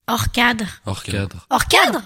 Hors cadre. Hors cadre. Hors cadre?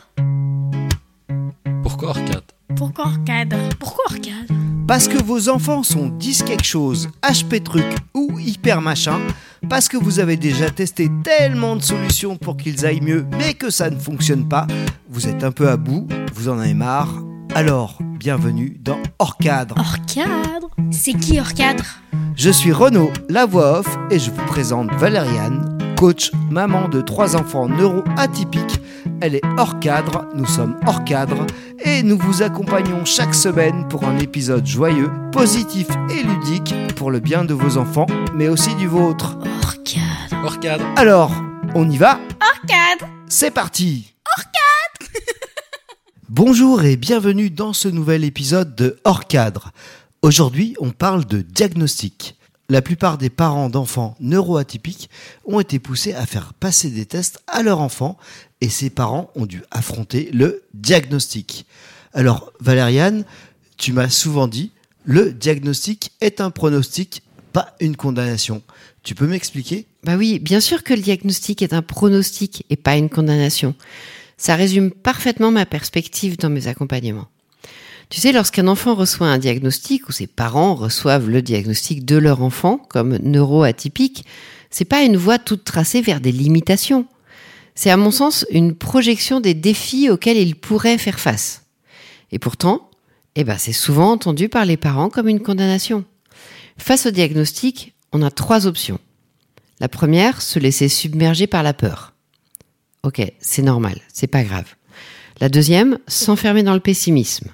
Pourquoi hors cadre? Pourquoi hors cadre? Pourquoi hors cadre? Parce que vos enfants sont 10 quelque chose, HP truc ou hyper machin, parce que vous avez déjà testé tellement de solutions pour qu'ils aillent mieux, mais que ça ne fonctionne pas, vous êtes un peu à bout, vous en avez marre, alors bienvenue dans Hors cadre. Hors cadre? C'est qui hors cadre? Je suis Renaud, la voix off, et je vous présente Valériane, coach, maman de 3 enfants neuro-atypiques. Elle est hors cadre, nous sommes hors cadre, et nous vous accompagnons chaque semaine pour un épisode joyeux, positif et ludique pour le bien de vos enfants, mais aussi du vôtre. Hors cadre. Hors cadre. Alors, on y va ? Hors cadre. C'est parti ! Hors cadre. Bonjour et bienvenue dans ce nouvel épisode de Hors cadre. Aujourd'hui, on parle de diagnostic. La plupart des parents d'enfants neuroatypiques ont été poussés à faire passer des tests à leurs enfants et ces parents ont dû affronter le diagnostic. Alors Valériane, tu m'as souvent dit, le diagnostic est un pronostic, pas une condamnation. Tu peux m'expliquer ? Bah oui, bien sûr que le diagnostic est un pronostic et pas une condamnation. Ça résume parfaitement ma perspective dans mes accompagnements. Tu sais, lorsqu'un enfant reçoit un diagnostic ou ses parents reçoivent le diagnostic de leur enfant comme neuroatypique, c'est pas une voie toute tracée vers des limitations. C'est à mon sens une projection des défis auxquels ils pourraient faire face. Et pourtant, c'est souvent entendu par les parents comme une condamnation. Face au diagnostic, on a 3 options. La première, se laisser submerger par la peur. Ok, c'est normal, c'est pas grave. La deuxième, s'enfermer dans le pessimisme.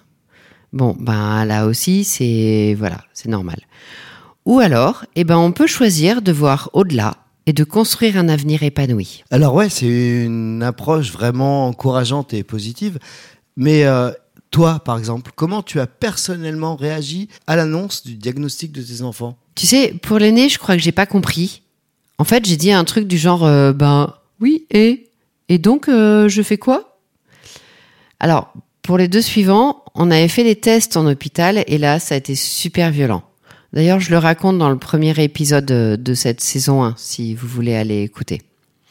Là aussi, c'est normal. Ou alors, on peut choisir de voir au-delà et de construire un avenir épanoui. Alors ouais, c'est une approche vraiment encourageante et positive. Mais toi, par exemple, comment tu as personnellement réagi à l'annonce du diagnostic de tes enfants ? Tu sais, pour l'aîné, je crois que j'ai pas compris. En fait, j'ai dit un truc du genre, oui, et donc, je fais quoi ? Alors, pour les 2 suivants, on avait fait des tests en hôpital et là, ça a été super violent. D'ailleurs, je le raconte dans le premier épisode de cette saison 1, si vous voulez aller écouter.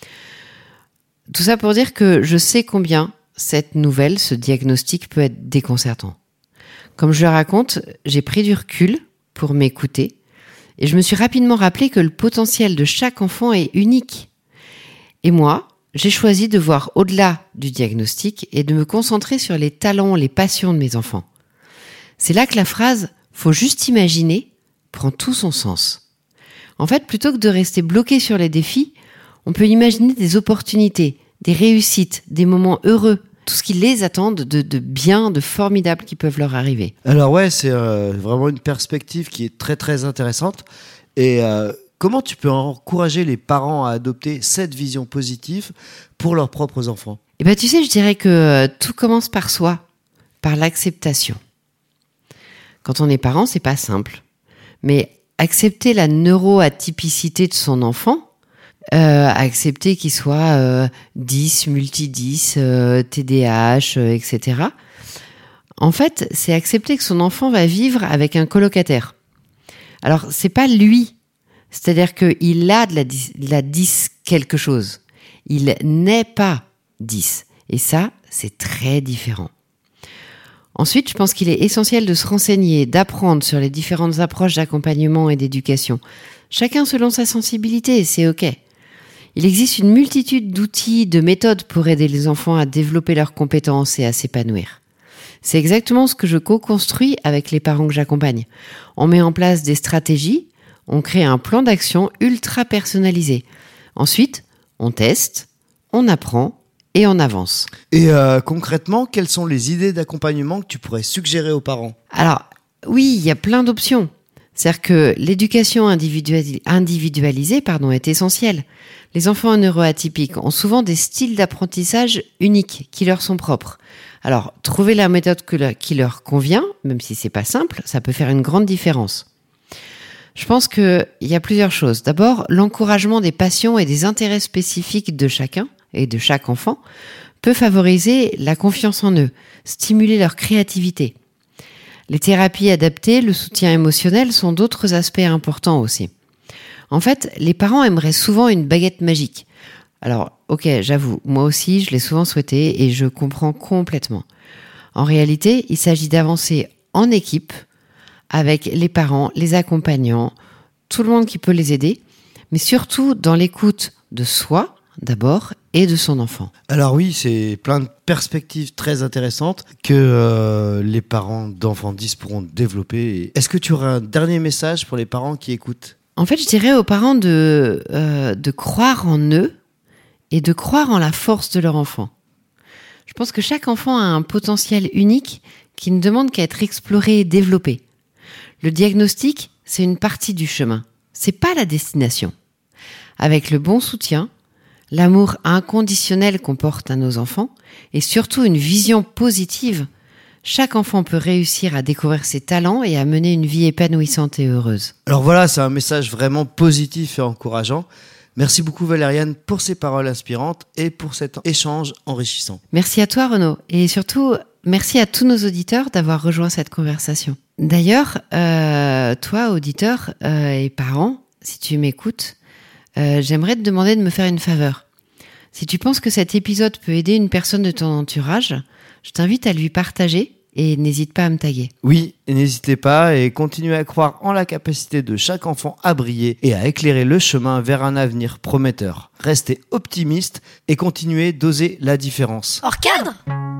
Tout ça pour dire que je sais combien cette nouvelle, ce diagnostic peut être déconcertant. Comme je le raconte, j'ai pris du recul pour m'écouter et je me suis rapidement rappelé que le potentiel de chaque enfant est unique. Et moi, j'ai choisi de voir au-delà du diagnostic et de me concentrer sur les talents, les passions de mes enfants. C'est là que la phrase « faut juste imaginer » prend tout son sens. En fait, plutôt que de rester bloqué sur les défis, on peut imaginer des opportunités, des réussites, des moments heureux, tout ce qui les attend de bien, de formidable qui peuvent leur arriver. Alors ouais, c'est vraiment une perspective qui est très très intéressante. Et comment tu peux encourager les parents à adopter cette vision positive pour leurs propres enfants ? Tu sais, je dirais que tout commence par soi, par l'acceptation. Quand on est parent, c'est pas simple. Mais accepter la neuroatypicité de son enfant, accepter qu'il soit 10, multi-10, TDAH, etc. En fait, c'est accepter que son enfant va vivre avec un colocataire. Alors, c'est pas lui. C'est-à-dire qu'il a de la 10 quelque chose. Il n'est pas 10. Et ça, c'est très différent. Ensuite, je pense qu'il est essentiel de se renseigner, d'apprendre sur les différentes approches d'accompagnement et d'éducation. Chacun selon sa sensibilité, c'est OK. Il existe une multitude d'outils, de méthodes pour aider les enfants à développer leurs compétences et à s'épanouir. C'est exactement ce que je co-construis avec les parents que j'accompagne. On met en place des stratégies, on crée un plan d'action ultra personnalisé. Ensuite, on teste, on apprend et on avance. Et concrètement, quelles sont les idées d'accompagnement que tu pourrais suggérer aux parents ? Alors, oui, il y a plein d'options. C'est-à-dire que l'éducation individualisée est essentielle. Les enfants neuroatypiques ont souvent des styles d'apprentissage uniques qui leur sont propres. Alors, trouver la méthode qui leur convient, même si c'est pas simple, ça peut faire une grande différence. Je pense qu'il y a plusieurs choses. D'abord, l'encouragement des passions et des intérêts spécifiques de chacun et de chaque enfant peut favoriser la confiance en eux, stimuler leur créativité. Les thérapies adaptées, le soutien émotionnel sont d'autres aspects importants aussi. En fait, les parents aimeraient souvent une baguette magique. Alors, ok, j'avoue, moi aussi, je l'ai souvent souhaité et je comprends complètement. En réalité, il s'agit d'avancer en équipe avec les parents, les accompagnants, tout le monde qui peut les aider, mais surtout dans l'écoute de soi, d'abord, et de son enfant. Alors oui, c'est plein de perspectives très intéressantes que les parents d'enfants 10 pourront développer. Est-ce que tu aurais un dernier message pour les parents qui écoutent ? En fait, je dirais aux parents de croire en eux et de croire en la force de leur enfant. Je pense que chaque enfant a un potentiel unique qui ne demande qu'à être exploré et développé. Le diagnostic, c'est une partie du chemin. C'est pas la destination. Avec le bon soutien, l'amour inconditionnel qu'on porte à nos enfants et surtout une vision positive, chaque enfant peut réussir à découvrir ses talents et à mener une vie épanouissante et heureuse. Alors voilà, c'est un message vraiment positif et encourageant. Merci beaucoup Valériane pour ces paroles inspirantes et pour cet échange enrichissant. Merci à toi Renaud et surtout merci à tous nos auditeurs d'avoir rejoint cette conversation. D'ailleurs, toi auditeur et parent, si tu m'écoutes, j'aimerais te demander de me faire une faveur. Si tu penses que cet épisode peut aider une personne de ton entourage, je t'invite à lui partager et n'hésite pas à me taguer. Oui, et n'hésitez pas et continuez à croire en la capacité de chaque enfant à briller et à éclairer le chemin vers un avenir prometteur. Restez optimistes et continuez d'oser la différence. Hors cadre.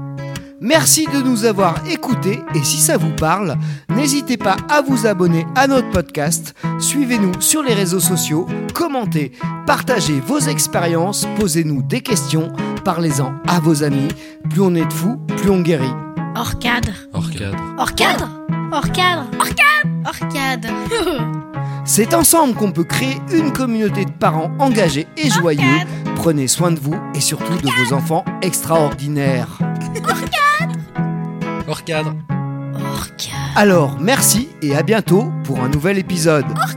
Merci de nous avoir écoutés et si ça vous parle, n'hésitez pas à vous abonner à notre podcast, suivez-nous sur les réseaux sociaux, commentez, partagez vos expériences, posez-nous des questions, parlez-en à vos amis. Plus on est de fous, plus on guérit. Hors cadre. Hors cadre. Hors cadre. Hors cadre. Hors cadre. Hors cadre. C'est ensemble qu'on peut créer une communauté de parents engagés et joyeux. Prenez soin de vous et surtout de vos enfants extraordinaires. Hors cadre. Hors cadre. Alors, merci et à bientôt pour un nouvel épisode. Hors